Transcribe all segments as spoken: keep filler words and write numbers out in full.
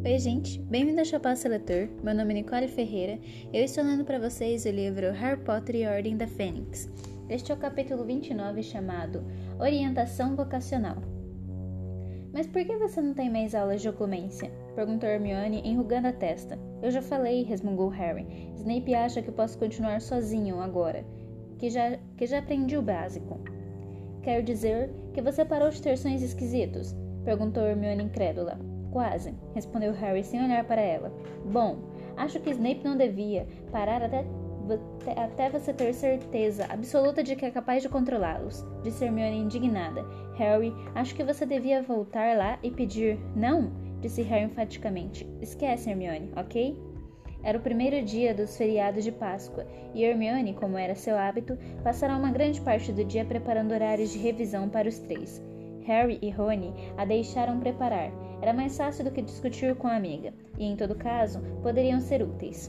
Oi gente, bem-vindo ao Chapéu Leitor. Meu nome é Nicole Ferreira e eu estou lendo para vocês o livro Harry Potter e a Ordem da Fênix. Este é o capítulo vinte e nove chamado Orientação Vocacional. Mas por que você não tem mais aulas de oclumência? Perguntou Hermione, enrugando a testa. Eu já falei, resmungou Harry. Snape acha que posso continuar sozinho agora, que já, que já aprendi o básico. Quer dizer que você parou de ter sonhos esquisitos? Perguntou Hermione incrédula. Quase, respondeu Harry sem olhar para ela. Bom, acho que Snape não devia parar até, até você ter certeza absoluta de que é capaz de controlá-los, disse Hermione indignada. Harry, acho que você devia voltar lá e pedir... Não, disse Harry enfaticamente. Esquece, Hermione, ok? Era o primeiro dia dos feriados de Páscoa, e Hermione, como era seu hábito, passará uma grande parte do dia preparando horários de revisão para os três. Harry e Rony a deixaram preparar. Era mais fácil do que discutir com a amiga, e em todo caso, poderiam ser úteis.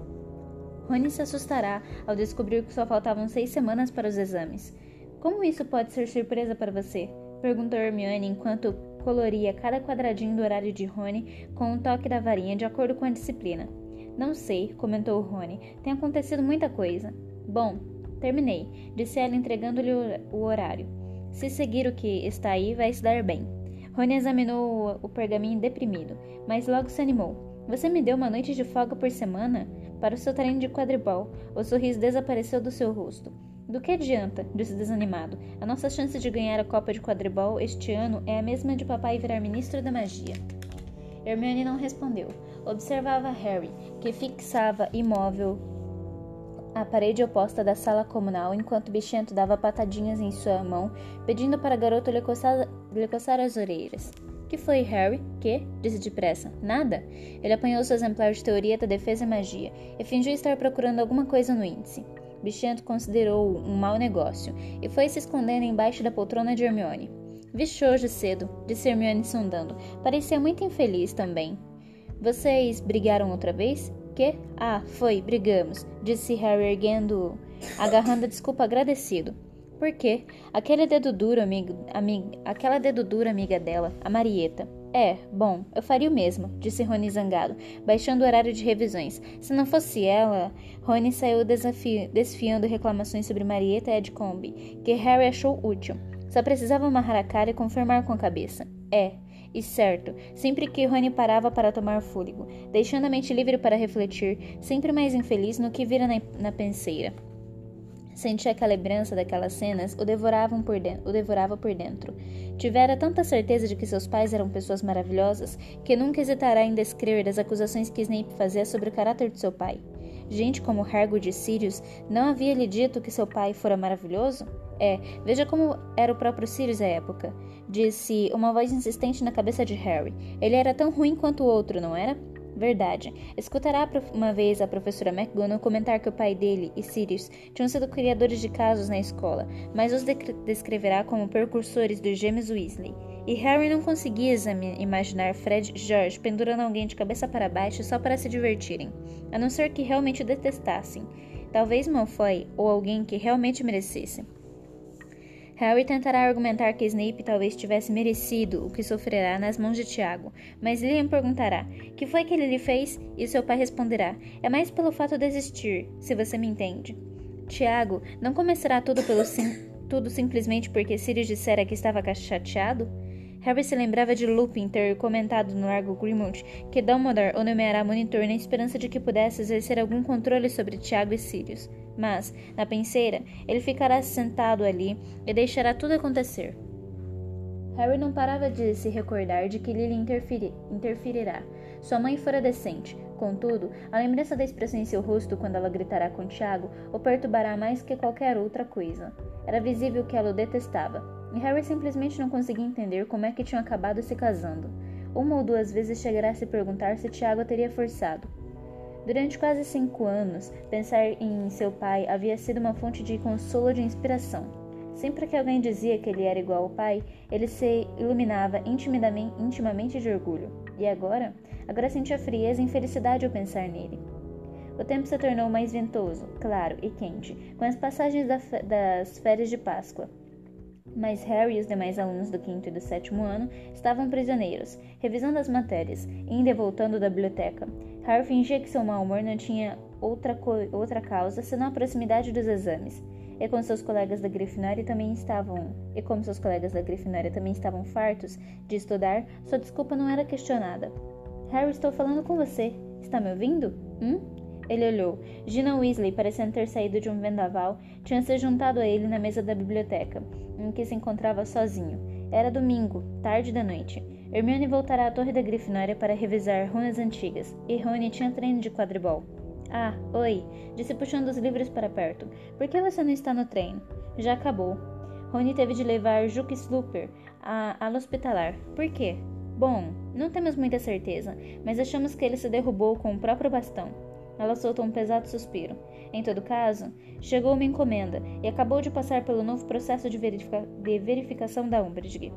Rony se assustará ao descobrir que só faltavam seis semanas para os exames. Como isso pode ser surpresa para você? Perguntou Hermione enquanto coloria cada quadradinho do horário de Rony com um toque da varinha de acordo com a disciplina. Não sei, comentou Rony. Tem acontecido muita coisa. Bom, terminei, disse ela entregando-lhe o horário. Se seguir o que está aí, vai se dar bem. Rony examinou o, o pergaminho deprimido, mas logo se animou. Você me deu uma noite de folga por semana? Para o seu treino de quadribol. O sorriso desapareceu do seu rosto. Do que adianta? Disse desanimado. A nossa chance de ganhar a Copa de Quadribol este ano é a mesma de papai virar ministro da magia. Hermione não respondeu. Observava Harry, que fixava imóvel à parede oposta da sala comunal, enquanto Bichento dava patadinhas em sua mão, pedindo para a garota lhe coçar, lhe coçar as orelhas. Que foi, Harry? Que? Disse depressa. Nada. Ele apanhou seu exemplar de teoria da defesa e magia, e fingiu estar procurando alguma coisa no índice. Bichento considerou-o um mau negócio, e foi se escondendo embaixo da poltrona de Hermione. Vixe hoje cedo, disse Hermione sondando. Parecia muito infeliz também. Vocês brigaram outra vez? Que? Ah, foi, brigamos, disse Harry erguendo-o, agarrando a desculpa agradecido. Por quê? Aquele dedo duro, amigo, amiga, aquela dedo dura amiga dela, a Marieta. É, bom, eu faria o mesmo, disse Rony zangado, baixando o horário de revisões. Se não fosse ela, Rony saiu desafio, desfiando reclamações sobre Marieta e Edcombe, que Harry achou útil. Só precisava amarrar a cara e confirmar com a cabeça. É. E certo, sempre que Rony parava para tomar fôlego, deixando a mente livre para refletir, sempre mais infeliz no que vira na, na penseira. Sentia que a lembrança daquelas cenas o, devoravam por de, o devorava por dentro. Tivera tanta certeza de que seus pais eram pessoas maravilhosas que nunca hesitará em descrever as acusações que Snape fazia sobre o caráter de seu pai. Gente como Hagrid e Sirius não havia lhe dito que seu pai fora maravilhoso? É, veja como era o próprio Sirius à época, disse uma voz insistente na cabeça de Harry. Ele era tão ruim quanto o outro, não era? Verdade. Escutará uma vez a professora McGonagall comentar que o pai dele e Sirius tinham sido criadores de casos na escola, mas os descreverá como precursores dos gêmeos Weasley. E Harry não conseguia imaginar Fred e George pendurando alguém de cabeça para baixo só para se divertirem, a não ser que realmente o detestassem. Talvez Malfoy ou alguém que realmente merecesse. Harry tentará argumentar que Snape talvez tivesse merecido o que sofrerá nas mãos de Tiago, mas Lilian perguntará, que foi que ele lhe fez? E seu pai responderá, é mais pelo fato de existir, se você me entende. Tiago não começará tudo, pelo sim, tudo simplesmente porque Sirius dissera que estava chateado? Harry se lembrava de Lupin ter comentado no Largo Grimmauld que Dumbledore o nomeará monitor na esperança de que pudesse exercer algum controle sobre Tiago e Sirius. Mas, na penseira, ele ficará sentado ali e deixará tudo acontecer. Harry não parava de se recordar de que Lily interferi- interferirá. Sua mãe fora decente. Contudo, a lembrança da expressão em seu rosto quando ela gritará com Tiago o perturbará mais que qualquer outra coisa. Era visível que ela o detestava, e Harry simplesmente não conseguia entender como é que tinham acabado se casando. Uma ou duas vezes chegará a se perguntar se Tiago a teria forçado. Durante quase cinco anos, pensar em seu pai havia sido uma fonte de consolo e de inspiração. Sempre que alguém dizia que ele era igual ao pai, ele se iluminava intimamente de orgulho. E agora? Agora sentia frieza e infelicidade ao pensar nele. O tempo se tornou mais ventoso, claro e quente, com as passagens da fe- das férias de Páscoa. Mas Harry e os demais alunos do quinto e do sétimo ano estavam prisioneiros, revisando as matérias, indo e voltando da biblioteca. Harry fingia que seu mau humor não tinha outra, co- outra causa senão a proximidade dos exames. E como seus colegas da Grifinória também estavam, e como seus colegas da Grifinória também estavam fartos de estudar, sua desculpa não era questionada. Harry, estou falando com você. Está me ouvindo? Hum? Ele olhou. Gina Weasley, parecendo ter saído de um vendaval, tinha se juntado a ele na mesa da biblioteca, em que se encontrava sozinho. Era domingo, tarde da noite. Hermione voltara à torre da Grifinória para revisar runas antigas, e Rony tinha treino de quadribol. Ah, oi, disse puxando os livros para perto. Por que você não está no treino? Já acabou. Rony teve de levar Juke Slooper à ala hospitalar. Por quê? Bom, não temos muita certeza, mas achamos que ele se derrubou com o próprio bastão. Ela soltou um pesado suspiro. Em todo caso, chegou uma encomenda e acabou de passar pelo novo processo de, verifica- de verificação da Umbridge.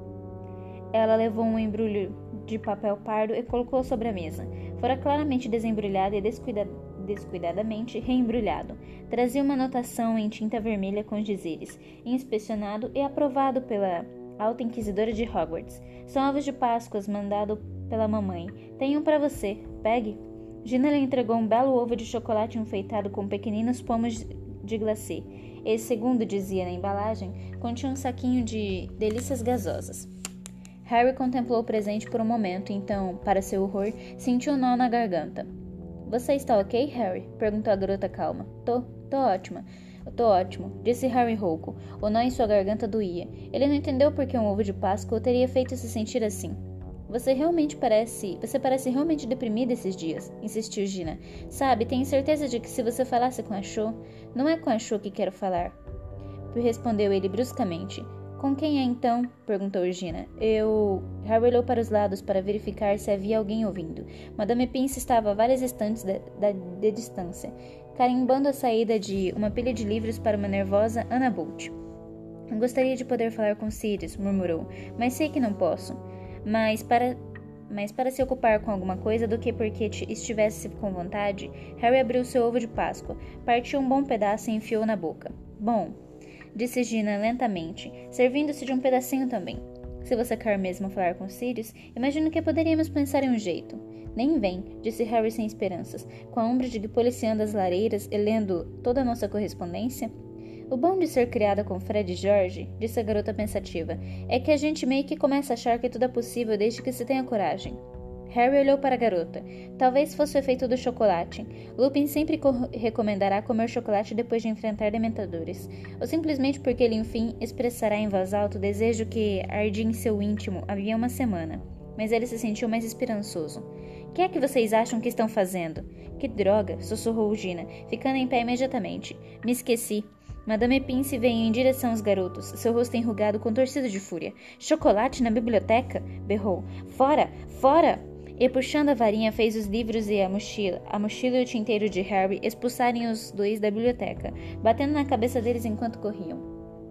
Ela levou um embrulho de papel pardo e colocou sobre a mesa. Fora claramente desembrulhado e descuida- descuidadamente reembrulhado. Trazia uma anotação em tinta vermelha com dizeres: inspecionado e aprovado pela alta inquisidora de Hogwarts. São ovos de Páscoa mandado pela mamãe. Tem um para você. Pegue. Gina lhe entregou um belo ovo de chocolate enfeitado com pequeninos pomos de glacê. E, segundo dizia na embalagem, continha um saquinho de delícias gasosas. Harry contemplou o presente por um momento, então, para seu horror, sentiu um nó na garganta. Você está ok, Harry? Perguntou a garota calma. Tô, tô ótima. Tô ótimo, disse Harry rouco. O nó em sua garganta doía. Ele não entendeu por que um ovo de Páscoa o teria feito se sentir assim. Você realmente parece... Você parece realmente deprimida esses dias, insistiu Gina. Sabe, tenho certeza de que se você falasse com a Cho... Não é com a Cho que quero falar. Respondeu ele bruscamente. Com quem é então? Perguntou Gina. Eu... Harry olhou para os lados para verificar se havia alguém ouvindo. Madame Pince estava a várias estantes de, de, de distância, carimbando a saída de uma pilha de livros para uma nervosa Anna Bolt. Gostaria de poder falar com Sirius, murmurou, mas sei que não posso. Mas para, mas para se ocupar com alguma coisa do que porque estivesse com vontade, Harry abriu seu ovo de Páscoa, partiu um bom pedaço e enfiou na boca. Bom, disse Gina lentamente, servindo-se de um pedacinho também. Se você quer mesmo falar com Sirius, imagino que poderíamos pensar em um jeito. Nem vem, disse Harry sem esperanças, com a Umbridge policiando as lareiras e lendo toda a nossa correspondência. O bom de ser criada com Fred e George, disse a garota pensativa, é que a gente meio que começa a achar que tudo é possível desde que se tenha coragem. Harry olhou para a garota. Talvez fosse o efeito do chocolate. Lupin sempre co- recomendará comer chocolate depois de enfrentar dementadores. Ou simplesmente porque ele, enfim, expressará em voz alta o desejo que ardia em seu íntimo havia uma semana. Mas ele se sentiu mais esperançoso. O que é que vocês acham que estão fazendo? Que droga, sussurrou Gina, ficando em pé imediatamente. Me esqueci. Madame Pince veio em direção aos garotos, seu rosto enrugado contorcido de fúria. Chocolate na biblioteca? Berrou. Fora! Fora! E puxando a varinha fez os livros e a mochila, a mochila e o tinteiro de Harry expulsarem os dois da biblioteca, batendo na cabeça deles enquanto corriam.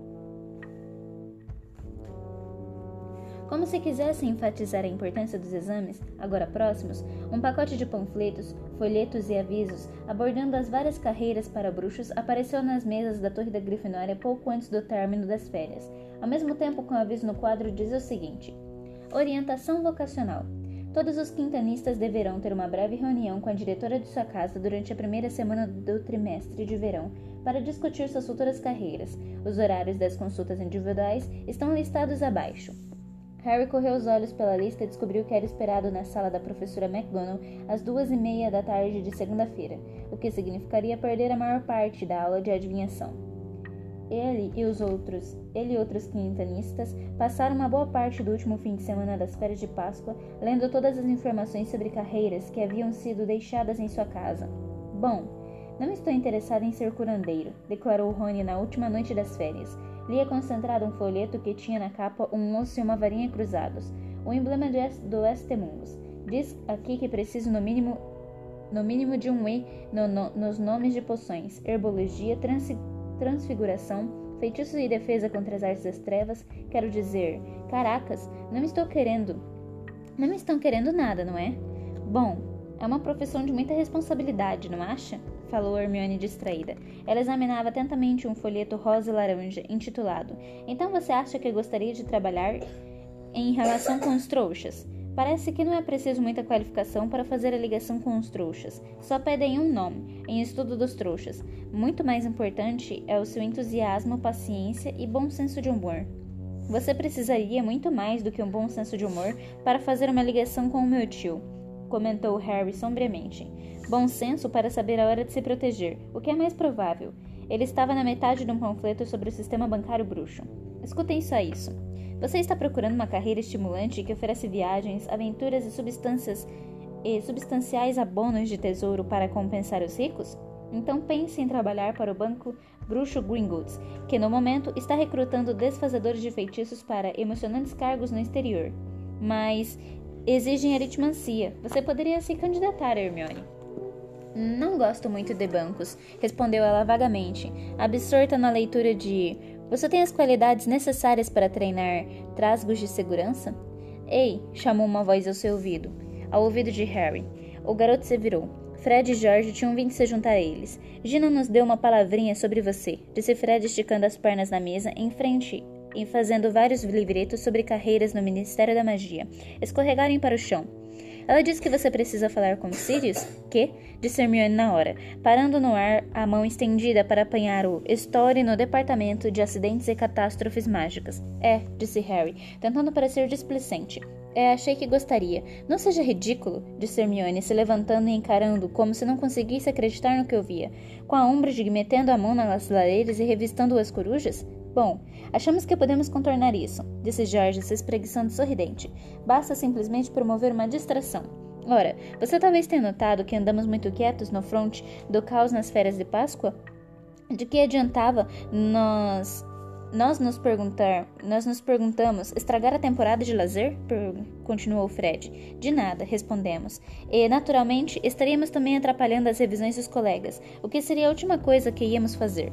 Como se quisessem enfatizar a importância dos exames, agora próximos, um pacote de panfletos, folhetos e avisos, abordando as várias carreiras para bruxos, apareceu nas mesas da Torre da Grifinória pouco antes do término das férias. Ao mesmo tempo, com o aviso no quadro, dizia o seguinte: Orientação vocacional. Todos os quintanistas deverão ter uma breve reunião com a diretora de sua casa durante a primeira semana do trimestre de verão para discutir suas futuras carreiras. Os horários das consultas individuais estão listados abaixo. Harry correu os olhos pela lista e descobriu que era esperado na sala da professora McGonagall às duas e meia da tarde de segunda-feira, o que significaria perder a maior parte da aula de adivinhação. Ele e os outros, ele e outros quintanistas passaram uma boa parte do último fim de semana das férias de Páscoa lendo todas as informações sobre carreiras que haviam sido deixadas em sua casa. Bom, não estou interessado em ser curandeiro, declarou Rony na última noite das férias. Lia concentrado um folheto que tinha na capa um osso e uma varinha cruzados, o emblema do Estemungus. Diz aqui que preciso no mínimo, no mínimo de um E no, no, nos nomes de poções, herbologia, trans, transfiguração, feitiços e defesa contra as artes das trevas. Quero dizer, caracas, não estou querendo... Não estão querendo nada, não é? Bom, É uma profissão de muita responsabilidade, não acha? Falou Hermione distraída. Ela examinava atentamente um folheto rosa e laranja, intitulado Então você acha que gostaria de trabalhar em relação com os trouxas? Parece que não é preciso muita qualificação para fazer a ligação com os trouxas. Só pedem um nome, em estudo dos trouxas. Muito mais importante é o seu entusiasmo, paciência e bom senso de humor. Você precisaria muito mais do que um bom senso de humor para fazer uma ligação com o meu tio, comentou Harry sombriamente. Bom senso para saber a hora de se proteger, o que é mais provável. Ele estava na metade de um panfleto sobre o sistema bancário bruxo. Escutem só isso. Você está procurando uma carreira estimulante que oferece viagens, aventuras e substâncias e substanciais abonos de tesouro para compensar os ricos? Então pense em trabalhar para o banco bruxo Gringotts, que no momento está recrutando desfazedores de feitiços para emocionantes cargos no exterior. Mas exigem aritmancia. Você poderia se candidatar, Hermione. Não gosto muito de bancos, respondeu ela vagamente, absorta na leitura de Você tem as qualidades necessárias para treinar trasgos de segurança? Ei, chamou uma voz ao seu ouvido, ao ouvido de Harry. O garoto se virou. Fred e George tinham vindo se juntar a eles. Gina nos deu uma palavrinha sobre você, disse Fred esticando as pernas na mesa em frente e fazendo vários livretos sobre carreiras no Ministério da Magia. Escorregarem para o chão. Ela disse que você precisa falar com Sirius? Que? Disse Hermione na hora, parando no ar a mão estendida para apanhar o Story no Departamento de Acidentes e Catástrofes Mágicas. É, disse Harry, tentando parecer displicente. É, achei que gostaria. Não seja ridículo, disse Hermione, se levantando e encarando como se não conseguisse acreditar no que ouvia. Com a Umbridge metendo a mão nas lareiras e revistando as corujas? Bom, achamos que podemos contornar isso, disse George, se espreguiçando sorridente. Basta simplesmente promover uma distração. Ora, você talvez tenha notado que andamos muito quietos no fronte do caos nas férias de Páscoa? De que adiantava nós... Nós nos perguntar, nós nos perguntamos, estragar a temporada de lazer? Continuou Fred. De nada, respondemos. E, naturalmente, estaríamos também atrapalhando as revisões dos colegas, o que seria a última coisa que íamos fazer.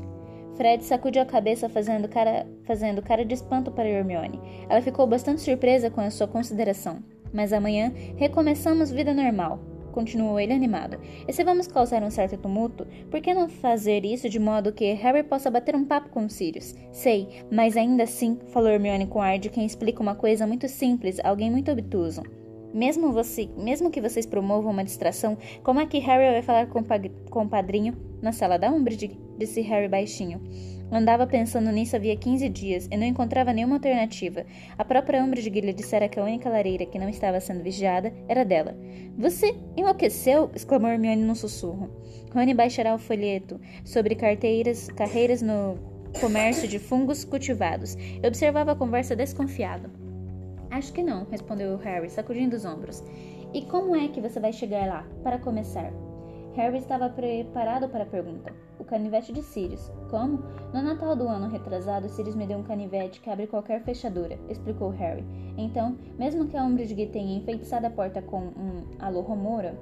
Fred sacudiu a cabeça fazendo cara, fazendo cara de espanto para Hermione. Ela ficou bastante surpresa com a sua consideração. Mas amanhã recomeçamos vida normal, continuou ele animado. E se vamos causar um certo tumulto, por que não fazer isso de modo que Harry possa bater um papo com Sirius? Sei, mas ainda assim, falou Hermione com ar de quem explica uma coisa muito simples a alguém muito obtuso. Mesmo, você, mesmo que vocês promovam uma distração, como é que Harry vai falar com, com o padrinho na sala da Umbridge? Disse Harry baixinho. Andava pensando nisso havia quinze dias e não encontrava nenhuma alternativa. A própria Umbridge lhe dissera que a única lareira que não estava sendo vigiada era dela. Você enlouqueceu? Exclamou Hermione num sussurro. Rony baixará o folheto sobre carteiras, carreiras no comércio de fungos cultivados. Eu observava a conversa desconfiado. Acho que não, respondeu Harry, sacudindo os ombros. E como é que você vai chegar lá, para começar? Harry estava preparado para a pergunta. O canivete de Sirius. Como? No Natal do ano retrasado, Sirius me deu um canivete que abre qualquer fechadura, explicou Harry. Então, mesmo que a Umbridge tenha enfeitiçado a porta com um Alohomora,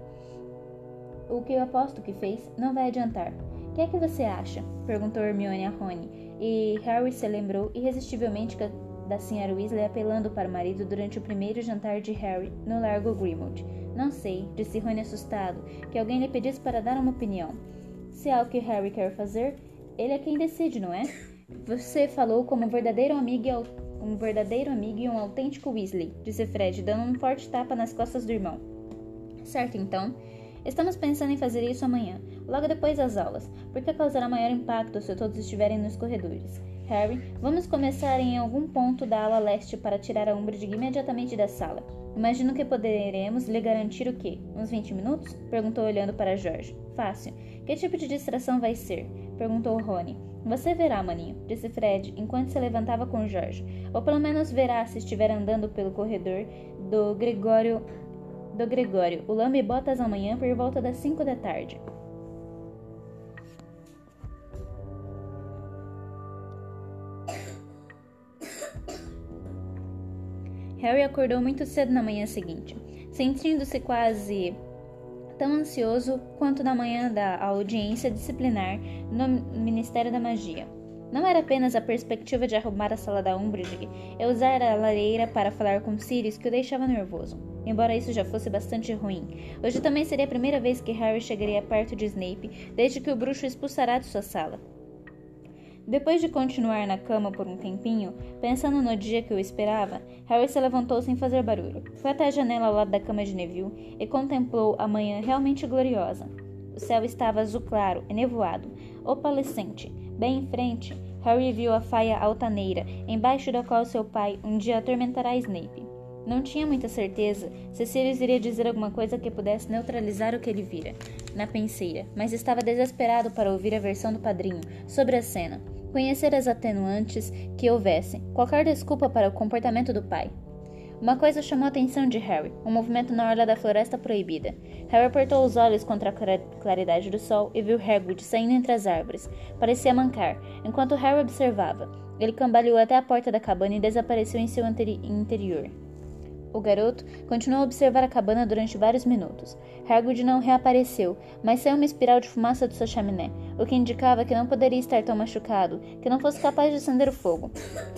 o que eu aposto que fez, não vai adiantar. O que é que você acha? Perguntou Hermione a Rony, e Harry se lembrou irresistivelmente da senhora Weasley apelando para o marido durante o primeiro jantar de Harry no Largo Grimmauld. Não sei, disse Rony assustado, que alguém lhe pedisse para dar uma opinião. Se é o que Harry quer fazer, ele é quem decide, não é? Você falou como um verdadeiro amigo e, um verdadeiro amigo e um autêntico Weasley, disse Fred, dando um forte tapa nas costas do irmão. Certo, então. Estamos pensando em fazer isso amanhã, logo depois das aulas, porque causará maior impacto se todos estiverem nos corredores. Harry, vamos começar em algum ponto da ala leste para tirar a Umbridge imediatamente da sala. Imagino que poderemos lhe garantir o quê? Uns vinte minutos? Perguntou olhando para George. Fácil. Que tipo de distração vai ser? Perguntou Rony. Você verá, maninho, disse Fred, enquanto se levantava com George. Ou pelo menos verá se estiver andando pelo corredor do Gregório... do Gregório, o lambe-botas amanhã por volta das cinco da tarde. Harry acordou muito cedo na manhã seguinte, sentindo-se quase tão ansioso quanto na manhã da audiência disciplinar no Ministério da Magia. Não era apenas a perspectiva de arrumar a sala da Umbridge e usar a lareira para falar com Sirius que o deixava nervoso. embora isso já fosse bastante ruim. Hoje também seria a primeira vez que Harry chegaria perto de Snape desde que o bruxo o expulsará de sua sala. Depois de continuar na cama por um tempinho, pensando no dia que o esperava, Harry se levantou sem fazer barulho. Foi até a janela ao lado da cama de Neville e contemplou a manhã realmente gloriosa. O céu estava azul claro e nevoado, opalescente. Bem em frente, Harry viu a faia altaneira, embaixo da qual seu pai um dia atormentará Snape. Não tinha muita certeza se Sirius iria dizer alguma coisa que pudesse neutralizar o que ele vira na penseira, mas estava desesperado para ouvir a versão do padrinho sobre a cena, conhecer as atenuantes que houvesse, qualquer desculpa para o comportamento do pai. Uma coisa chamou a atenção de Harry, um movimento na orla da floresta proibida. Harry apertou os olhos contra a claridade do sol e viu Hagrid saindo entre as árvores. Parecia mancar. Enquanto Harry observava, ele cambaleou até a porta da cabana e desapareceu em seu interior. O garoto continuou a observar a cabana durante vários minutos. Hagrid não reapareceu, mas saiu uma espiral de fumaça de sua chaminé, o que indicava que não poderia estar tão machucado que não fosse capaz de acender o fogo.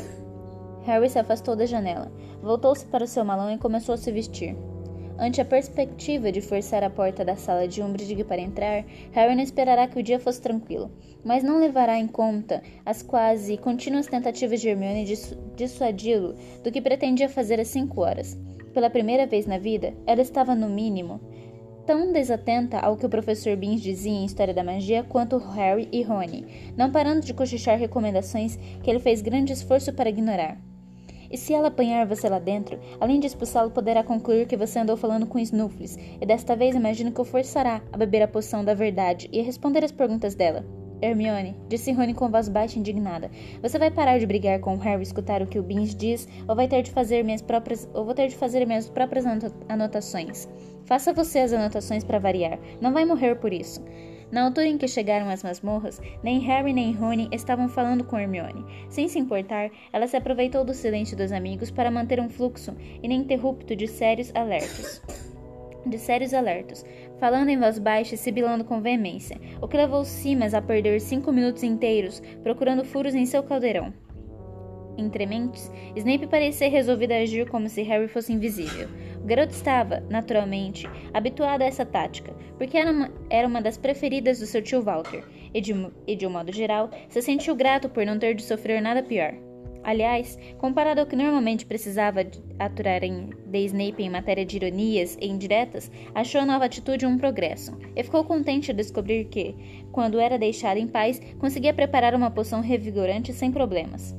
Harry se afastou da janela, voltou-se para o seu malão e começou a se vestir. Ante a perspectiva de forçar a porta da sala de Umbridge para entrar, Harry não esperará que o dia fosse tranquilo, mas não levará em conta as quase contínuas tentativas de Hermione de dissuadi-lo do que pretendia fazer às cinco horas. Pela primeira vez na vida, ela estava, no mínimo, tão desatenta ao que o professor Binns dizia em História da Magia quanto Harry e Rony, não parando de cochichar recomendações que ele fez grande esforço para ignorar. E se ela apanhar você lá dentro, além de expulsá-lo, poderá concluir que você andou falando com Snuffles, e desta vez imagino que o forçará a beber a poção da verdade e a responder às perguntas dela. Hermione, disse Rony com voz baixa e indignada, você vai parar de brigar com Harry e escutar o que o Binns diz, ou vai ter de fazer minhas próprias, ou vou ter de fazer minhas próprias anotações. Faça você as anotações para variar, não vai morrer por isso. Na altura em que chegaram às masmorras, nem Harry nem Rony estavam falando com Hermione. Sem se importar, ela se aproveitou do silêncio dos amigos para manter um fluxo ininterrupto de sérios alertos. De sérios alertos, falando em voz baixa e sibilando com veemência, o que levou Simas a perder cinco minutos inteiros procurando furos em seu caldeirão. Entre mentes, Snape parecia resolvido a agir como se Harry fosse invisível. O garoto estava, naturalmente, habituado a essa tática, porque era uma, era uma das preferidas do seu tio Walter, e de, e de um modo geral, se sentiu grato por não ter de sofrer nada pior. Aliás, comparado ao que normalmente precisava aturar em, de Snape em matéria de ironias e indiretas, achou a nova atitude um progresso, e ficou contente ao descobrir que, quando era deixado em paz, conseguia preparar uma poção revigorante sem problemas.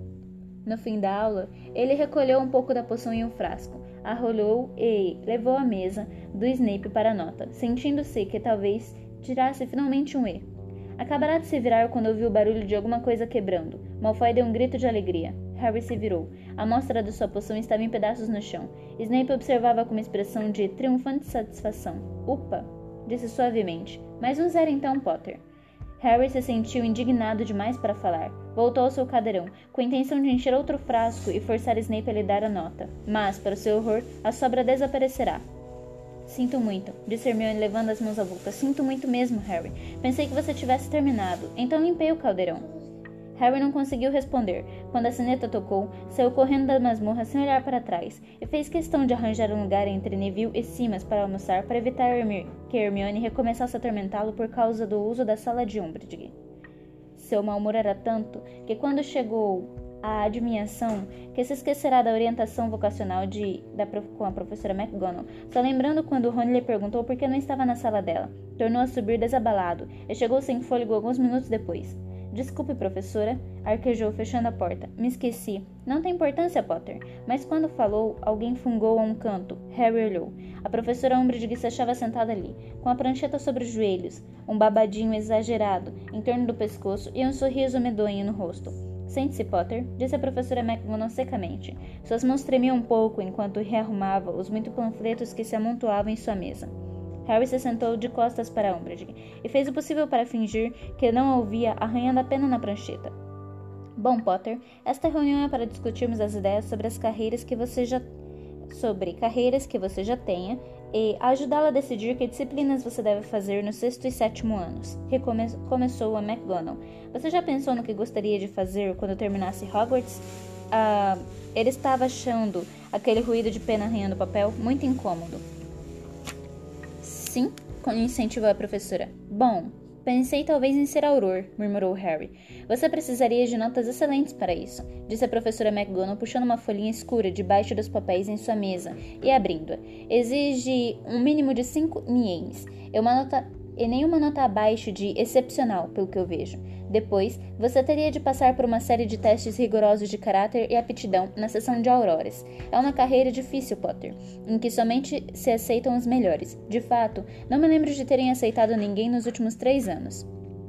No fim da aula, ele recolheu um pouco da poção em um frasco, arrolhou e levou à mesa do Snape para a nota, sentindo-se que talvez tirasse finalmente um E. Acabará de se virar quando ouviu o barulho de alguma coisa quebrando. Malfoy deu um grito de alegria. Harry se virou. A amostra da sua poção estava em pedaços no chão. Snape observava com uma expressão de triunfante satisfação. Upa! Disse suavemente. Mais um zero então, Potter. Harry se sentiu indignado demais para falar. Voltou ao seu cadeirão, com a intenção de encher outro frasco e forçar Snape a lhe dar a nota. Mas, para o seu horror, a sobra desaparecerá. Sinto muito, disse Hermione levando as mãos à boca. Sinto muito mesmo, Harry. Pensei que você tivesse terminado, então limpei o caldeirão. Harry não conseguiu responder. Quando a sineta tocou, saiu correndo da masmorra sem olhar para trás, e fez questão de arranjar um lugar entre Neville e Simas para almoçar para evitar Hermi- que Hermione recomeçasse a atormentá-lo por causa do uso da sala de Umbridge. Seu mau humor era tanto que quando chegou a adivinhação que se esquecerá da orientação vocacional de, da, com a professora McGonagall, só lembrando quando Rony lhe perguntou por que não estava na sala dela. Tornou a subir desabalado e chegou sem fôlego alguns minutos depois. Desculpe, professora, arquejou fechando a porta. Me esqueci. Não tem importância, Potter. Mas quando falou, alguém fungou a um canto. Harry olhou. A professora Umbridge se achava sentada ali, com a prancheta sobre os joelhos, um babadinho exagerado em torno do pescoço e um sorriso medonho no rosto. Sente-se, Potter, disse a professora McGonagall secamente. Suas mãos tremiam um pouco enquanto rearrumava os muitos panfletos que se amontoavam em sua mesa. Harry se sentou de costas para Umbridge e fez o possível para fingir que não a ouvia, arranhando a pena na prancheta. Bom, Potter, esta reunião é para discutirmos as ideias sobre as carreiras que você já sobre carreiras que você já tenha e ajudá-la a decidir que disciplinas você deve fazer no sexto e sétimo anos. Recomeçou a McGonagall. Você já pensou no que gostaria de fazer quando terminasse Hogwarts? ah, ele estava achando aquele ruído de pena arranhando o papel muito incômodo. Sim, incentivou a professora. Bom, pensei talvez em ser auror, murmurou Harry. Você precisaria de notas excelentes para isso, disse a professora McGonagall, puxando uma folhinha escura debaixo dos papéis em sua mesa e abrindo-a. Exige um mínimo de cinco niemes. É uma nota... E nenhuma nota abaixo de excepcional, pelo que eu vejo. Depois, você teria de passar por uma série de testes rigorosos de caráter e aptidão na seção de auroras. É uma carreira difícil, Potter, em que somente se aceitam os melhores. De fato, não me lembro de terem aceitado ninguém nos últimos três anos.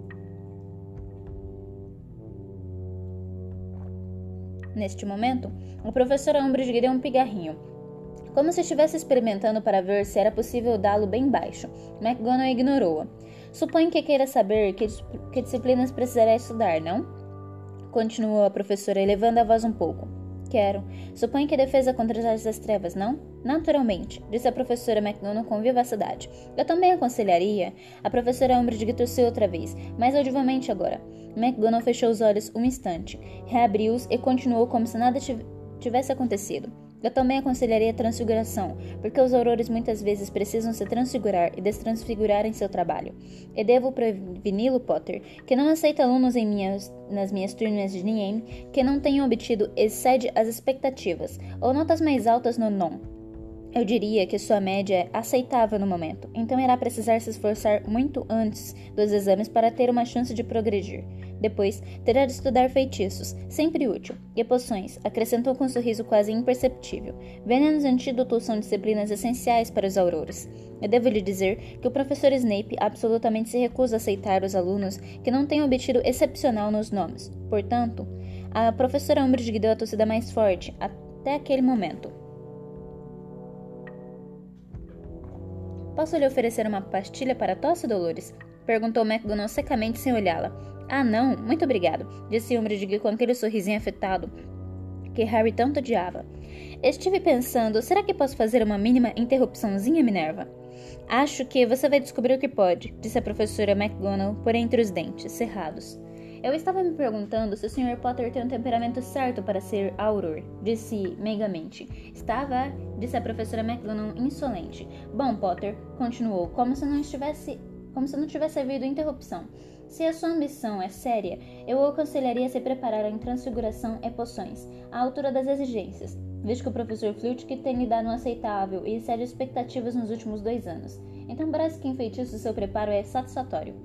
Neste momento, a professora Umbridge deu um pigarrinho, como se estivesse experimentando para ver se era possível dá-lo bem baixo. McGonagall ignorou-a. Suponho que queira saber que, que disciplinas precisará estudar, não? Continuou a professora, elevando a voz um pouco. Quero. Suponho que defesa contra as artes das trevas, não? Naturalmente, disse a professora McGonagall com vivacidade. Eu também aconselharia. A professora Umbridge tossiu outra vez, mais audivamente agora. McGonagall fechou os olhos um instante, reabriu-os e continuou como se nada tivesse acontecido. Eu também aconselharia a transfiguração, porque os aurores muitas vezes precisam se transfigurar e destransfigurar em seu trabalho. E devo preveni-lo, Potter, que não aceito alunos em minhas, nas minhas turmas de Nieme que não tenham obtido excede as expectativas, ou notas mais altas no non. Eu diria que sua média é aceitável no momento, então irá precisar se esforçar muito antes dos exames para ter uma chance de progredir. Depois, terá de estudar feitiços, sempre útil, e poções, acrescentou com um sorriso quase imperceptível. Venenos e antídotos são disciplinas essenciais para os aurores. Eu devo lhe dizer que o professor Snape absolutamente se recusa a aceitar os alunos que não tenham obtido excepcional nos nomes. Portanto, a professora Umbridge deu a tossida mais forte até aquele momento. Posso lhe oferecer uma pastilha para a tosse, Dolores? Perguntou McGonagall secamente sem olhá-la. Ah, não, muito obrigado, disse Umbridge com aquele sorrisinho afetado que Harry tanto odiava. Estive pensando, será que posso fazer uma mínima interrupçãozinha, Minerva? Acho que você vai descobrir o que pode, disse a professora McGonagall por entre os dentes cerrados. Eu estava me perguntando se o senhor Potter tem um temperamento certo para ser auror, disse meigamente. Estava, disse a professora McGonagall insolente. Bom, Potter, continuou, como se não estivesse, como se não tivesse havido interrupção. Se a sua ambição é séria, eu o aconselharia a se preparar em transfiguração e poções, à altura das exigências, visto que o professor Flitwick tem lhe dado um aceitável e excede expectativas nos últimos dois anos. Então parece que em feitiço seu preparo é satisfatório.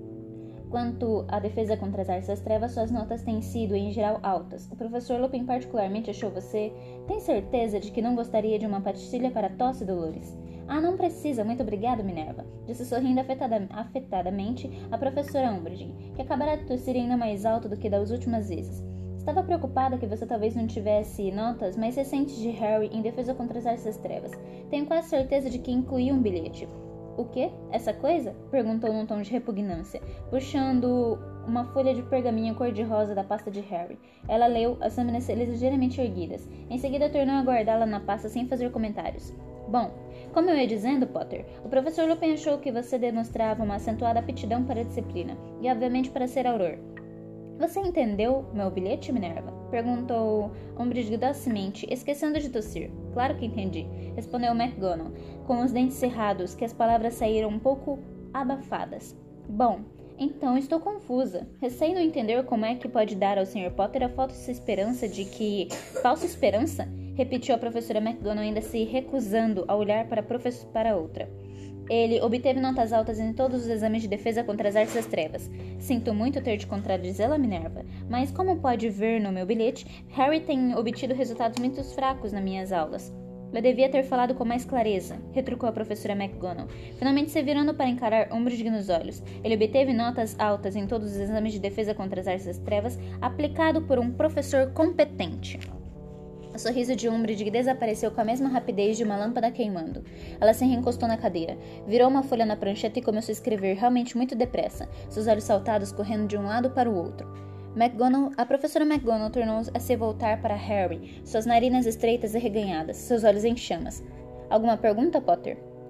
Quanto à defesa contra as artes das trevas, suas notas têm sido, em geral, altas. O professor Lupin particularmente achou você... Tem certeza de que não gostaria de uma pastilha para tosse, Dolores? Ah, não precisa, muito obrigado, Minerva, disse sorrindo afetada, afetadamente a professora Umbridge, que acabará de tossir ainda mais alto do que das últimas vezes. Estava preocupada que você talvez não tivesse notas mais recentes de Harry em defesa contra as artes das trevas. Tenho quase certeza de que incluía um bilhete. O quê? Essa coisa? Perguntou num tom de repugnância, puxando uma folha de pergaminho cor-de-rosa da pasta de Harry. Ela leu, as sobrancelhas ligeiramente erguidas. Em seguida, tornou a guardá-la na pasta sem fazer comentários. Bom, como eu ia dizendo, Potter, o professor Lupin achou que você demonstrava uma acentuada aptidão para a disciplina, e obviamente para ser auror. Você entendeu meu bilhete, Minerva? Perguntou Umbridge docemente, esquecendo de tossir. Claro que entendi, respondeu McGonagall, com os dentes cerrados, que as palavras saíram um pouco abafadas. Bom, então estou confusa. Receio não entender como é que pode dar ao senhor Potter a falsa esperança de que... Falsa esperança? Repetiu a professora McGonagall, ainda se recusando a olhar para, profe- para outra. Ele obteve notas altas em todos os exames de defesa contra as artes das trevas. Sinto muito ter de contradizê-la, Minerva, mas como pode ver no meu bilhete, Harry tem obtido resultados muito fracos nas minhas aulas. Eu devia ter falado com mais clareza, retrucou a professora McGonagall, finalmente se virando para encarar Umbridge nos olhos. Ele obteve notas altas em todos os exames de defesa contra as artes das trevas, aplicado por um professor competente. O sorriso de Umbridge desapareceu com a mesma rapidez de uma lâmpada queimando. Ela se reencostou na cadeira, virou uma folha na prancheta e começou a escrever realmente muito depressa, seus olhos saltados correndo de um lado para o outro. McGonagall, a professora McGonagall tornou a se voltar para Harry, suas narinas estreitas e reganhadas, seus olhos em chamas. Alguma pergunta, Potter?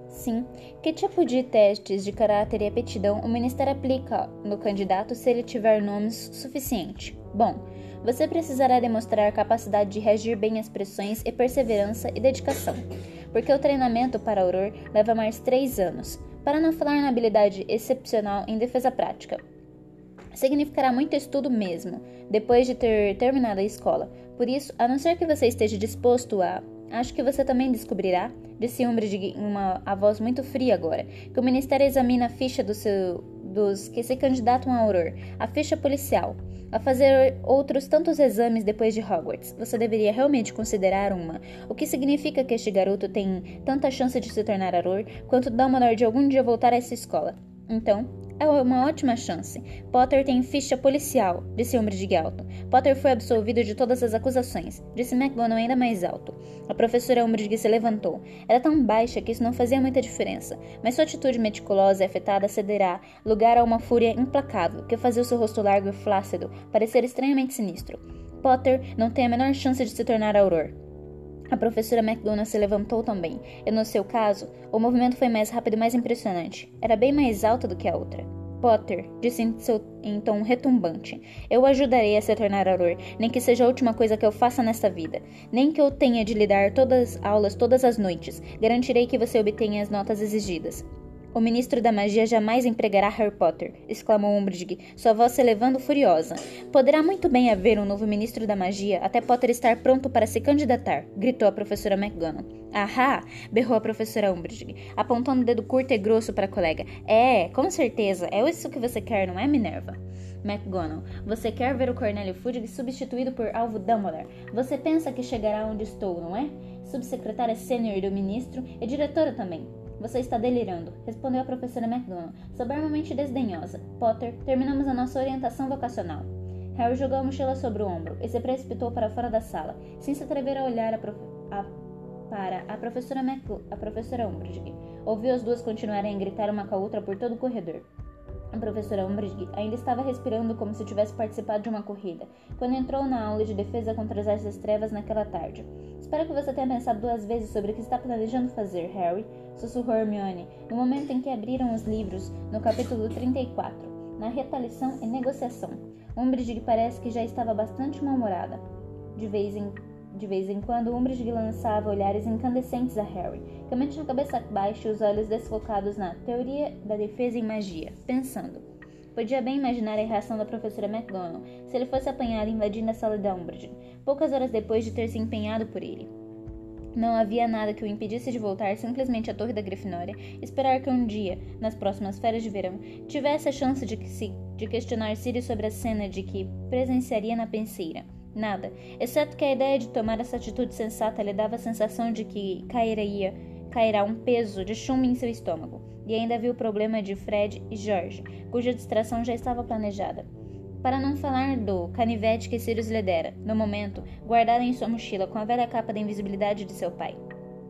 Sim. Que tipo de testes de caráter e aptidão o Ministério aplica no candidato se ele tiver nomes suficiente? Bom, você precisará demonstrar capacidade de reagir bem às pressões e perseverança e dedicação, porque o treinamento para Auror leva mais três anos, para não falar na habilidade excepcional em defesa prática. Significará muito estudo mesmo, depois de ter terminado a escola. Por isso, a não ser que você esteja disposto a... Acho que você também descobrirá, disse Umbridge em uma a voz muito fria agora, que o Ministério examina a ficha do seu, dos que se candidatam a Auror, a ficha policial, a fazer outros tantos exames depois de Hogwarts. Você deveria realmente considerar uma, o que significa que este garoto tem tanta chance de se tornar Auror, quanto Dumbledore de algum dia voltar a essa escola. Então... é uma ótima chance. Potter tem ficha policial, disse Umbridge alto. Potter foi absolvido de todas as acusações, disse McGonagall ainda mais alto. A professora Umbridge se levantou. Era tão baixa que isso não fazia muita diferença, mas sua atitude meticulosa e afetada cederá lugar a uma fúria implacável que fazia o seu rosto largo e flácido parecer estranhamente sinistro. Potter não tem a menor chance de se tornar Auror. A professora McGonagall se levantou também, e no seu caso, o movimento foi mais rápido e mais impressionante. Era bem mais alta do que a outra. Potter, disse em, seu, em tom retumbante, eu o ajudarei a se tornar Auror, nem que seja a última coisa que eu faça nesta vida. Nem que eu tenha de lhe dar todas as aulas todas as noites. Garantirei que você obtenha as notas exigidas. O ministro da magia jamais empregará Harry Potter, exclamou Umbridge, sua voz se elevando furiosa. Poderá muito bem haver um novo ministro da magia até Potter estar pronto para se candidatar, gritou a professora McGonagall. Ahá, berrou a professora Umbridge, apontando o dedo curto e grosso para a colega. É, com certeza, é isso que você quer, não é, Minerva? McGonagall, você quer ver o Cornélio Fudge substituído por Alvo Dumbledore? Você pensa que chegará onde estou, não é? Subsecretária sênior do ministro e diretora também. Você está delirando, respondeu a professora McGonagall, soberbamente desdenhosa. Potter, terminamos a nossa orientação vocacional. Harry jogou a mochila sobre o ombro e se precipitou para fora da sala, sem se atrever a olhar a prof... a... para a professora, Mac... a professora Umbridge. Ouviu as duas continuarem a gritar uma com a outra por todo o corredor. A professora Umbridge ainda estava respirando como se tivesse participado de uma corrida, quando entrou na aula de defesa contra as artes das trevas naquela tarde. Espero que você tenha pensado duas vezes sobre o que está planejando fazer, Harry, sussurrou Hermione, no momento em que abriram os livros, no capítulo trinta e quatro, na retaliação e negociação. Umbridge parece que já estava bastante mal-humorada. De vez em De vez em quando, Umbridge lançava olhares incandescentes a Harry, que mantinha a cabeça baixa e os olhos desfocados na teoria da defesa em magia, pensando. Podia bem imaginar a reação da professora McGonagall se ele fosse apanhado invadindo a sala da Umbridge, poucas horas depois de ter se empenhado por ele. Não havia nada que o impedisse de voltar simplesmente à Torre da Grifinória e esperar que um dia, nas próximas férias de verão, tivesse a chance de, que se, de questionar Sirius sobre a cena de que presenciaria na penseira. Nada, exceto que a ideia de tomar essa atitude sensata lhe dava a sensação de que cairaria, cairá um peso de chumbo em seu estômago. E ainda havia o problema de Fred e George, cuja distração já estava planejada. Para não falar do canivete que Sirius lhe dera, no momento, guardado em sua mochila com a velha capa da invisibilidade de seu pai.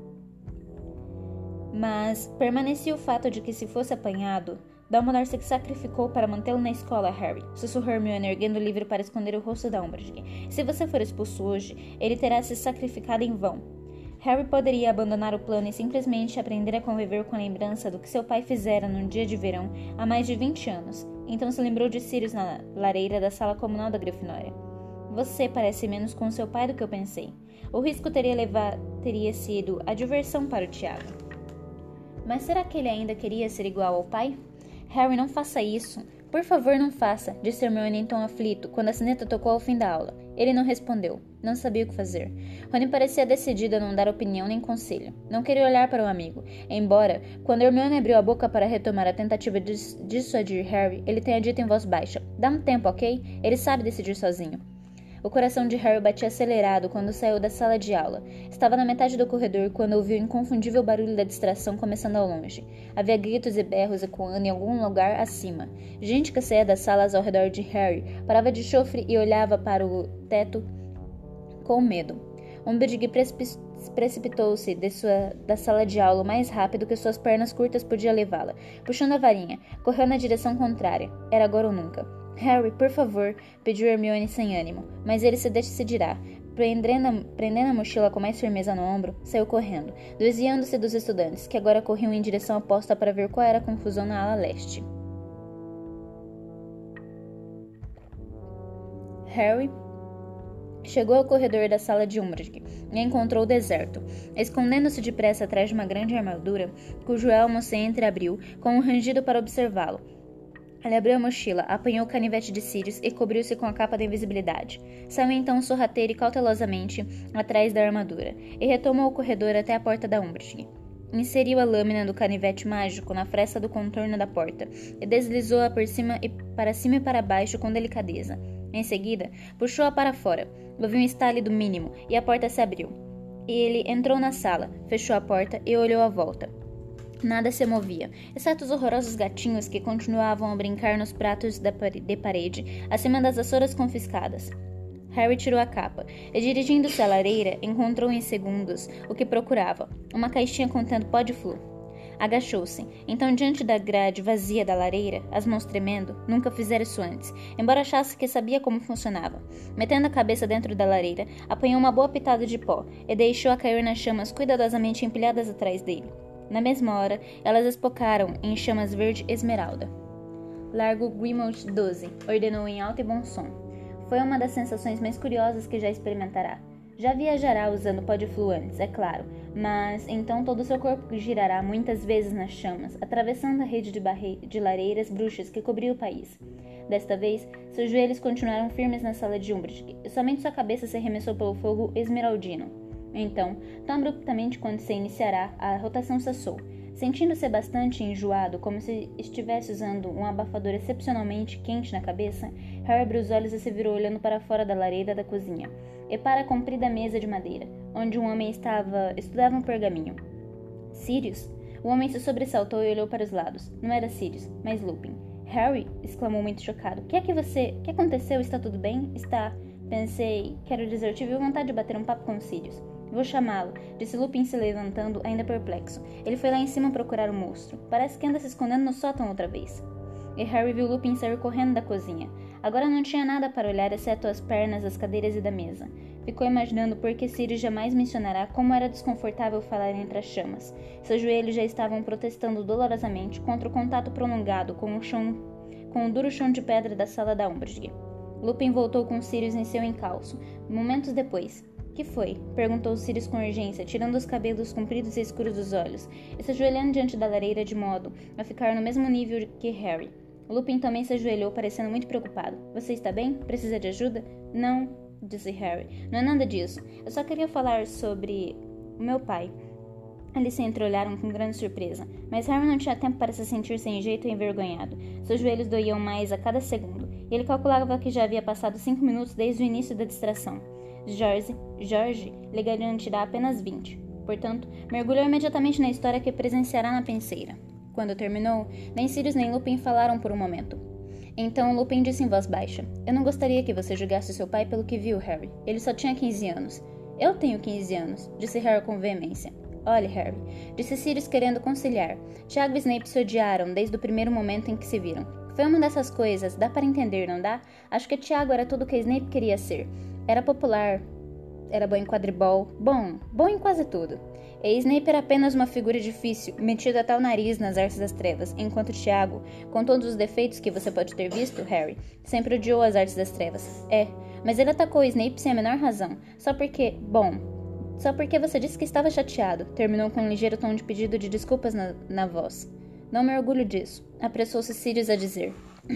Mas permanecia o fato de que, se fosse apanhado, Dumbledore se sacrificou para mantê-lo na escola, Harry, sussurrou Hermione, erguendo o livro para esconder o rosto da Umbridge. Se você for expulso hoje, ele terá se sacrificado em vão. Harry poderia abandonar o plano e simplesmente aprender a conviver com a lembrança do que seu pai fizera num dia de verão há mais de vinte anos. Então se lembrou de Sirius na lareira da sala comunal da Grifinória. Você parece menos com seu pai do que eu pensei. O risco teria, levado, teria sido a diversão para o Tiago. Mas será que ele ainda queria ser igual ao pai? Harry, não faça isso. Por favor, não faça, disse Hermione em tom aflito, quando a sineta tocou ao fim da aula. Ele não respondeu. Não sabia o que fazer. Rony parecia decidido a não dar opinião nem conselho. Não queria olhar para o amigo, embora, quando Hermione abriu a boca para retomar a tentativa de dissuadir Harry, ele tenha dito em voz baixa: dá um tempo, ok? Ele sabe decidir sozinho. O coração de Harry batia acelerado quando saiu da sala de aula. Estava na metade do corredor quando ouviu o inconfundível barulho da distração começando ao longe. Havia gritos e berros ecoando em algum lugar acima. Gente que saía das salas ao redor de Harry parava de chofre e olhava para o teto com medo. Umbridge precipitou-se de sua, da sala de aula o mais rápido que suas pernas curtas podiam levá-la. Puxando a varinha, correu na direção contrária. Era agora ou nunca. Harry, por favor, pediu Hermione sem ânimo, mas ele se decidirá. prendendo, prendendo a mochila com mais firmeza no ombro, saiu correndo, desviando-se dos estudantes, que agora corriam em direção oposta para ver qual era a confusão na ala leste. Harry chegou ao corredor da sala de Umbridge e encontrou deserto, escondendo-se depressa atrás de uma grande armadura, cujo elmo se entreabriu com um rangido para observá-lo. Ele abriu a mochila, apanhou o canivete de Sirius e cobriu-se com a capa da invisibilidade. Saiu então sorrateiro e cautelosamente atrás da armadura e retomou o corredor até a porta da Umbridge. Inseriu a lâmina do canivete mágico na fresta do contorno da porta e deslizou-a por cima e para cima e para baixo com delicadeza. Em seguida, puxou-a para fora. Ouviu um estalido mínimo e a porta se abriu. Ele entrou na sala, fechou a porta e olhou à volta. Nada se movia, exceto os horrorosos gatinhos que continuavam a brincar nos pratos de parede, acima das vassouras confiscadas. Harry tirou a capa e, dirigindo-se à lareira, encontrou em segundos o que procurava, uma caixinha contendo pó de flu. Agachou-se, então diante da grade vazia da lareira, as mãos tremendo, nunca fizera isso antes, embora achasse que sabia como funcionava. Metendo a cabeça dentro da lareira, apanhou uma boa pitada de pó e deixou-a cair nas chamas cuidadosamente empilhadas atrás dele. Na mesma hora, elas espocaram em chamas verde esmeralda. Largo Grimmauld doze, ordenou em alto e bom som. Foi uma das sensações mais curiosas que já experimentará. Já viajará usando pó de flu antes, é claro, mas então todo o seu corpo girará muitas vezes nas chamas, atravessando a rede de, barre... de lareiras bruxas que cobria o país. Desta vez, seus joelhos continuaram firmes na sala de Umbridge, e somente sua cabeça se arremessou pelo fogo esmeraldino. Então, tão abruptamente quando se iniciará, a rotação cessou. Sentindo-se bastante enjoado, como se estivesse usando um abafador excepcionalmente quente na cabeça, Harry abriu os olhos e se virou olhando para fora da lareira da cozinha, e para a comprida mesa de madeira, onde um homem estava estudava um pergaminho. Sirius? O homem se sobressaltou e olhou para os lados. Não era Sirius, mas Lupin. Harry? Exclamou muito chocado. O que é que você... O que aconteceu? Está tudo bem? Está... Pensei... Quero dizer, tive vontade de bater um papo com Sirius. Vou chamá-lo, disse Lupin se levantando, ainda perplexo. Ele foi lá em cima procurar o monstro. Parece que anda se escondendo no sótão outra vez. E Harry viu Lupin sair correndo da cozinha. Agora não tinha nada para olhar exceto as pernas, as cadeiras e da mesa. Ficou imaginando por que Sirius jamais mencionará como era desconfortável falar entre as chamas. Seus joelhos já estavam protestando dolorosamente contra o contato prolongado com o chão, com o duro chão de pedra da sala da Umbridge. Lupin voltou com Sirius em seu encalço, momentos depois. Que foi? Perguntou Sirius com urgência, tirando os cabelos compridos e escuros dos olhos, e se ajoelhando diante da lareira de modo a ficar no mesmo nível que Harry. Lupin também se ajoelhou, parecendo muito preocupado. Você está bem? Precisa de ajuda? Não, disse Harry. Não é nada disso. Eu só queria falar sobre o meu pai. Eles se entreolharam com grande surpresa, mas Harry não tinha tempo para se sentir sem jeito e envergonhado. Seus joelhos doíam mais a cada segundo, e ele calculava que já havia passado cinco minutos desde o início da distração. Jorge, Jorge lhe garantirá apenas vinte. Portanto, mergulhou imediatamente na história que presenciará na penseira. Quando terminou, nem Sirius nem Lupin falaram por um momento. Então Lupin disse em voz baixa: Eu não gostaria que você julgasse seu pai pelo que viu, Harry. Ele só tinha quinze anos. Eu tenho quinze anos, disse Harry com veemência. Olhe, Harry, disse Sirius querendo conciliar. Tiago e Snape se odiaram desde o primeiro momento em que se viram. Foi uma dessas coisas, dá para entender, não dá? Acho que Tiago era tudo o que Snape queria ser. Era popular, era bom em quadribol, bom, bom em quase tudo. E Snape era apenas uma figura difícil, metido até o nariz nas artes das trevas, enquanto Tiago, com todos os defeitos que você pode ter visto, Harry, sempre odiou as artes das trevas. É, mas ele atacou Snape sem a menor razão, só porque, bom, só porque você disse que estava chateado, terminou com um ligeiro tom de pedido de desculpas na, na voz. Não me orgulho disso, apressou-se Sirius a dizer.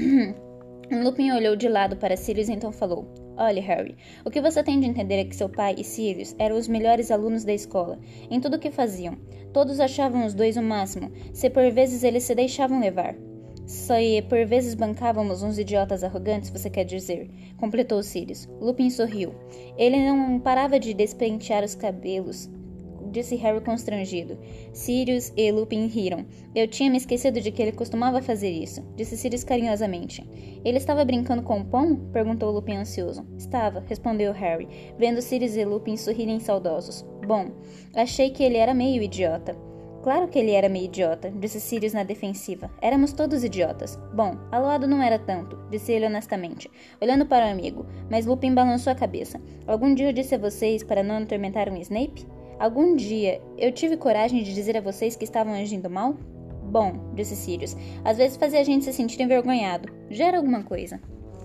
Lupin olhou de lado para Sirius e então falou. Olhe, Harry, o que você tem de entender é que seu pai e Sirius eram os melhores alunos da escola, em tudo o que faziam. Todos achavam os dois o máximo, se por vezes eles se deixavam levar. Se por vezes bancávamos uns idiotas arrogantes, você quer dizer, completou Sirius. Lupin sorriu. Ele não parava de despentear os cabelos, disse Harry constrangido. Sirius e Lupin riram. Eu tinha me esquecido de que ele costumava fazer isso, disse Sirius carinhosamente. Ele estava brincando com o pão? Perguntou Lupin ansioso. Estava, respondeu Harry, vendo Sirius e Lupin sorrirem saudosos. Bom, achei que ele era meio idiota. Claro que ele era meio idiota, disse Sirius na defensiva. Éramos todos idiotas. Bom, Aloado não era tanto, disse ele honestamente, olhando para o amigo, mas Lupin balançou a cabeça. Algum dia eu disse a vocês para não atormentar um Snape? Algum dia eu tive coragem de dizer a vocês que estavam agindo mal? Bom, disse Sirius, às vezes fazia a gente se sentir envergonhado. Já era alguma coisa.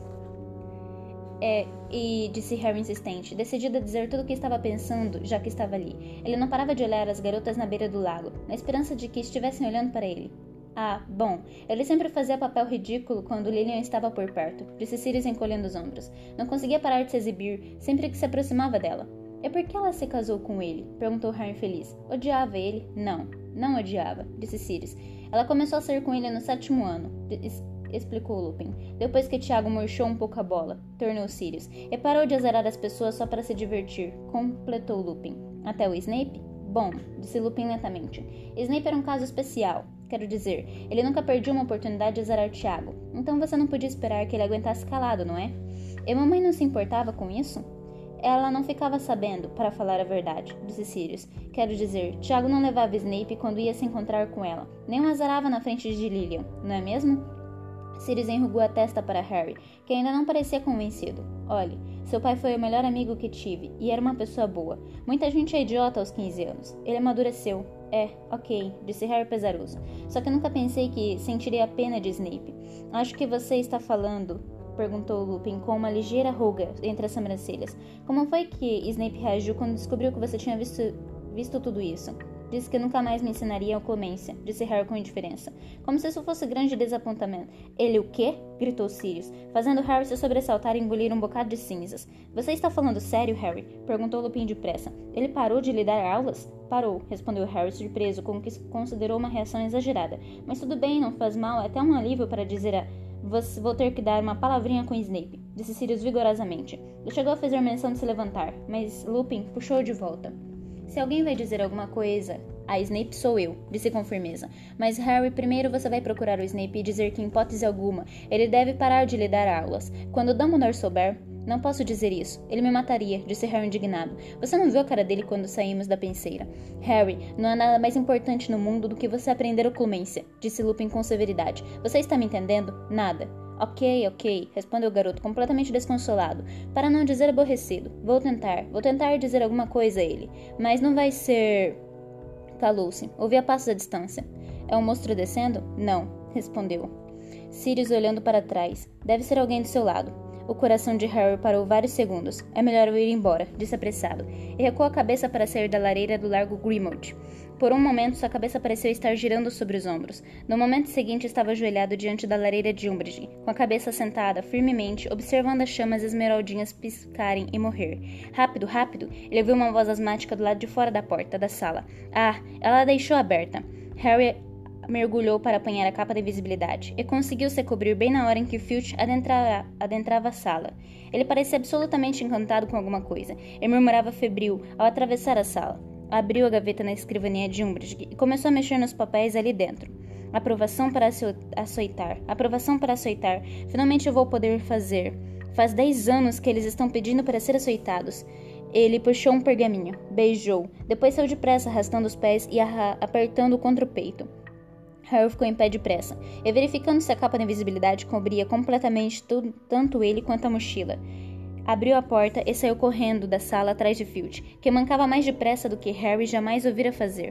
É, e disse Harry insistente, decidido a dizer tudo o que estava pensando, já que estava ali. Ele não parava de olhar as garotas na beira do lago, na esperança de que estivessem olhando para ele. Ah, bom, ele sempre fazia papel ridículo quando Lilian estava por perto, disse Sirius encolhendo os ombros. Não conseguia parar de se exibir sempre que se aproximava dela. E por que ela se casou com ele? Perguntou Harry feliz. Odiava ele? Não, não odiava, disse Sirius. Ela começou a sair com ele no sétimo ano, explicou Lupin, depois que Tiago murchou um pouco a bola, tornou Sirius, e parou de azarar as pessoas só para se divertir, completou Lupin. Até o Snape? Bom, disse Lupin lentamente. Snape era um caso especial, quero dizer, ele nunca perdia uma oportunidade de azarar Tiago, então você não podia esperar que ele aguentasse calado, não é? E mamãe não se importava com isso? Ela não ficava sabendo, para falar a verdade, disse Sirius. Quero dizer, Tiago não levava Snape quando ia se encontrar com ela, nem o azarava na frente de Lilian, não é mesmo? Sirius enrugou a testa para Harry, que ainda não parecia convencido. Olhe, seu pai foi o melhor amigo que tive, e era uma pessoa boa. Muita gente é idiota aos quinze anos. Ele amadureceu. É, ok, disse Harry pesaroso. Só que eu nunca pensei que sentiria a pena de Snape. Acho que você está falando... perguntou Lupin com uma ligeira ruga entre as sobrancelhas. Como foi que Snape reagiu quando descobriu que você tinha visto, visto tudo isso? Disse que nunca mais me ensinaria a oclumência, disse Harry com indiferença. Como se isso fosse grande desapontamento. Ele o quê? Gritou Sirius, fazendo Harry se sobressaltar e engolir um bocado de cinzas. Você está falando sério, Harry? Perguntou Lupin depressa. Ele parou de lhe dar aulas? Parou, respondeu Harry surpreso com o que considerou uma reação exagerada. Mas tudo bem, não faz mal, é até um alívio para dizer a... Vou ter que dar uma palavrinha com Snape, disse Sirius vigorosamente. Ele chegou a fazer menção de se levantar, mas Lupin puxou-o de volta. Se alguém vai dizer alguma coisa a Snape sou eu, disse com firmeza. Mas Harry, primeiro você vai procurar o Snape e dizer que, em hipótese alguma, ele deve parar de lhe dar aulas. Quando Dumbledore souber... Não posso dizer isso. Ele me mataria, disse Harry indignado. Você não viu a cara dele quando saímos da penseira? Harry, não há nada mais importante no mundo do que você aprender oclumência, disse Lupin com severidade. Você está me entendendo? Nada. Ok, ok, respondeu o garoto, completamente desconsolado, para não dizer aborrecido. Vou tentar, vou tentar dizer alguma coisa a ele, mas não vai ser... Calou-se, ouvi a passos à distância. É um monstro descendo? Não, respondeu Sirius olhando para trás. Deve ser alguém do seu lado. O coração de Harry parou vários segundos. É melhor eu ir embora, disse apressado, e recuou a cabeça para sair da lareira do largo Grimmauld. Por um momento, sua cabeça pareceu estar girando sobre os ombros. No momento seguinte, estava ajoelhado diante da lareira de Umbridge, com a cabeça sentada, firmemente, observando as chamas esmeraldinhas piscarem e morrer. Rápido, rápido! Ele ouviu uma voz asmática do lado de fora da porta da sala. Ah, ela a deixou aberta. Harry mergulhou para apanhar a capa de invisibilidade e conseguiu se cobrir bem na hora em que Filch adentra, adentrava a sala. Ele parecia absolutamente encantado com alguma coisa e murmurava febril ao atravessar a sala. Abriu a gaveta na escrivaninha de Umbridge e começou a mexer nos papéis ali dentro. Aprovação para açoitar. Aprovação para açoitar. Finalmente eu vou poder fazer. Faz dez anos que eles estão pedindo para ser açoitados. Ele puxou um pergaminho, beijou, depois saiu depressa arrastando os pés e apertando contra o peito. Harry ficou em pé depressa, e verificando se a capa de invisibilidade cobria completamente tudo, tanto ele quanto a mochila. Abriu a porta e saiu correndo da sala atrás de Filch, que mancava mais depressa do que Harry jamais ouvira fazer.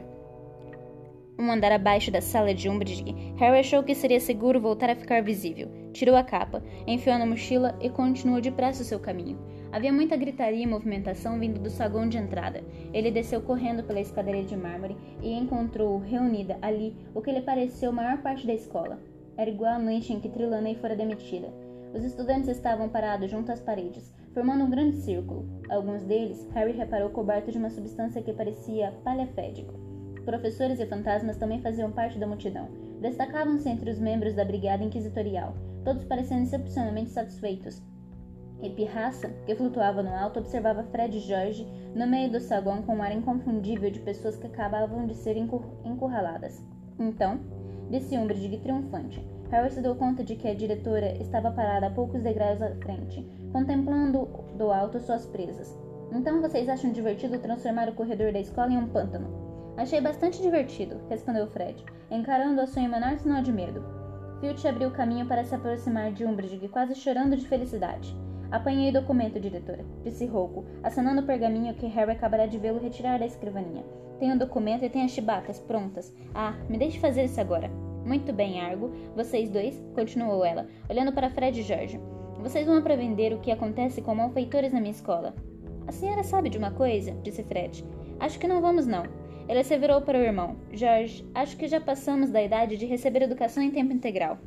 Um andar abaixo da sala de Umbridge, Harry achou que seria seguro voltar a ficar visível. Tirou a capa, enfiou na mochila e continuou depressa o seu caminho. Havia muita gritaria e movimentação vindo do saguão de entrada. Ele desceu correndo pela escadaria de mármore e encontrou reunida ali o que lhe pareceu a maior parte da escola. Era igual à noite em que Trelawney fora demitida. Os estudantes estavam parados junto às paredes, formando um grande círculo. Alguns deles, Harry reparou cobertos de uma substância que parecia palha fédica. Professores e fantasmas também faziam parte da multidão. Destacavam-se entre os membros da Brigada Inquisitorial, todos parecendo excepcionalmente satisfeitos. E Pirraça, que flutuava no alto, observava Fred e George no meio do saguão com um ar inconfundível de pessoas que acabavam de ser encurraladas. Então, disse Umbridge triunfante. Harry se deu conta de que a diretora estava parada a poucos degraus à frente, contemplando do alto suas presas. Então vocês acham divertido transformar o corredor da escola em um pântano? Achei bastante divertido, respondeu Fred, encarando-a sem o menor sinal de medo. Filch abriu caminho para se aproximar de Umbridge, quase chorando de felicidade. Apanhei o documento, diretora, disse Rouco, acenando o pergaminho que Harry acabará de vê-lo retirar da escrivaninha. Tem o documento e tem as chibatas prontas. Ah, me deixe fazer isso agora. Muito bem, Argo. Vocês dois, continuou ela, olhando para Fred e George. Vocês vão aprender o que acontece com malfeitores na minha escola. A senhora sabe de uma coisa? Disse Fred. Acho que não vamos, não. Ele se virou para o irmão. George, acho que já passamos da idade de receber educação em tempo integral.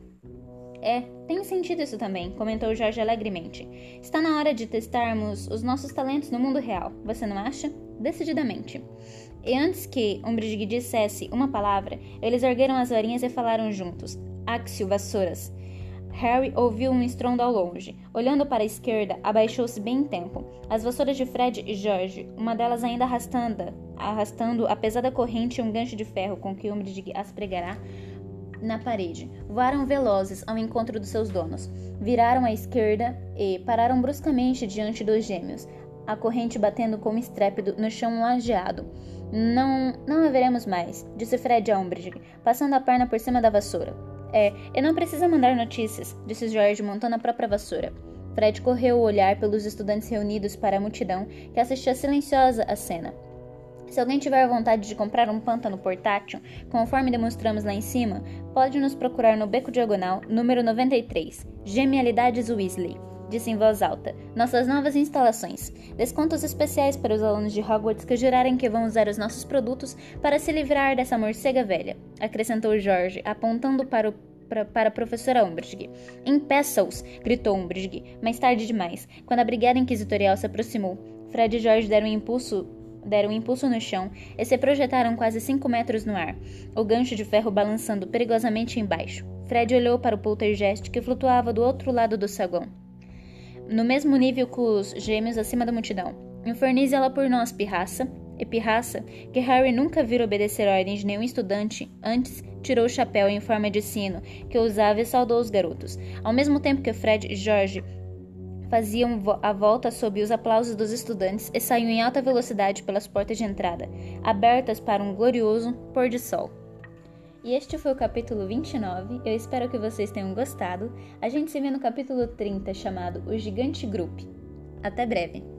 É, tem sentido isso também, comentou George alegremente. Está na hora de testarmos os nossos talentos no mundo real, você não acha? Decididamente. E antes que Umbridge dissesse uma palavra, eles ergueram as varinhas e falaram juntos. Axio, vassouras. Harry ouviu um estrondo ao longe. Olhando para a esquerda, abaixou-se bem em tempo. As vassouras de Fred e George, uma delas ainda arrastando, arrastando a pesada corrente e um gancho de ferro com que Umbridge as pregará na parede, voaram velozes ao encontro dos seus donos. Viraram à esquerda e pararam bruscamente diante dos gêmeos, a corrente batendo com estrépito no chão lajeado. Não, não a veremos mais, disse Fred a Umbridge, passando a perna por cima da vassoura. É, e não precisa mandar notícias, disse George montando a própria vassoura. Fred correu o olhar pelos estudantes reunidos para a multidão que assistia silenciosa à cena. Se alguém tiver vontade de comprar um pântano portátil, conforme demonstramos lá em cima, pode nos procurar no Beco Diagonal, número noventa e três, Genialidades Weasley, disse em voz alta. Nossas novas instalações. Descontos especiais para os alunos de Hogwarts que jurarem que vão usar os nossos produtos para se livrar dessa morcega velha, acrescentou George, apontando para o Para, para a professora Umbridge. Impeça-os! Gritou Umbridge, mais tarde demais, quando a brigada inquisitorial se aproximou. Fred e George deram um impulso, deram um impulso no chão e se projetaram quase cinco metros no ar, o gancho de ferro balançando perigosamente embaixo. Fred olhou para o poltergeist que flutuava do outro lado do saguão, no mesmo nível que os gêmeos acima da multidão. Infernize ela por nós, pirraça. E pirraça, que Harry nunca vira obedecer ordens de nenhum estudante, antes tirou o chapéu em forma de sino que usava e saudou os garotos, ao mesmo tempo que Fred e George faziam a volta sob os aplausos dos estudantes e saíam em alta velocidade pelas portas de entrada, abertas para um glorioso pôr de sol. E este foi o capítulo vinte e nove, eu espero que vocês tenham gostado. A gente se vê no capítulo trinta, chamado O Gigante Group. Até breve!